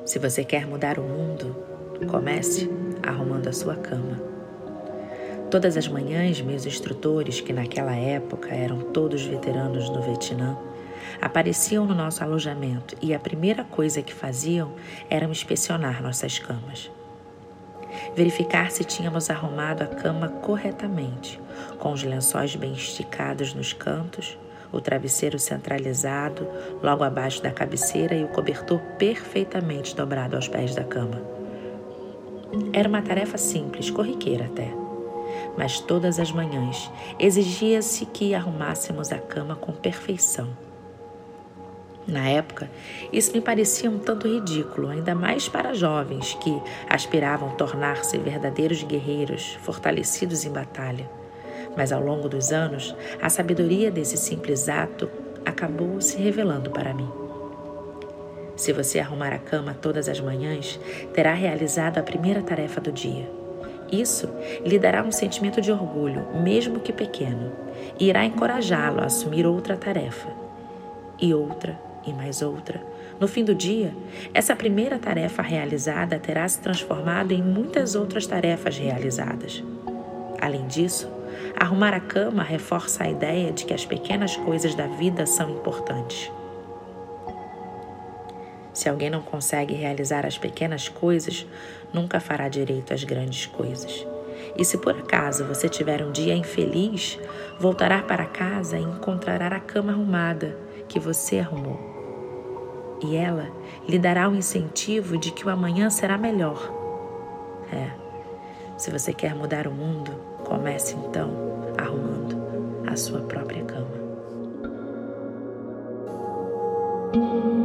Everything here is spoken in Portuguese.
Se você quer mudar o mundo, comece arrumando a sua cama. Todas as manhãs, meus instrutores, que naquela época eram todos veteranos no Vietnã, apareciam no nosso alojamento e a primeira coisa que faziam era inspecionar nossas camas. Verificar se tínhamos arrumado a cama corretamente, com os lençóis bem esticados nos cantos, o travesseiro centralizado logo abaixo da cabeceira e o cobertor perfeitamente dobrado aos pés da cama. Era uma tarefa simples, corriqueira até, mas todas as manhãs exigia-se que arrumássemos a cama com perfeição. Na época, isso me parecia um tanto ridículo, ainda mais para jovens que aspiravam tornar-se verdadeiros guerreiros, fortalecidos em batalha. Mas ao longo dos anos, a sabedoria desse simples ato acabou se revelando para mim. Se você arrumar a cama todas as manhãs, terá realizado a primeira tarefa do dia. Isso lhe dará um sentimento de orgulho, mesmo que pequeno, e irá encorajá-lo a assumir outra tarefa. E outra, e mais outra. No fim do dia, essa primeira tarefa realizada terá se transformado em muitas outras tarefas realizadas. Além disso, arrumar a cama reforça a ideia de que as pequenas coisas da vida são importantes. Se alguém não consegue realizar as pequenas coisas, nunca fará direito às grandes coisas. E se por acaso você tiver um dia infeliz, voltará para casa e encontrará a cama arrumada que você arrumou. E ela lhe dará o incentivo de que o amanhã será melhor. Se você quer mudar o mundo, comece então arrumando a sua própria cama.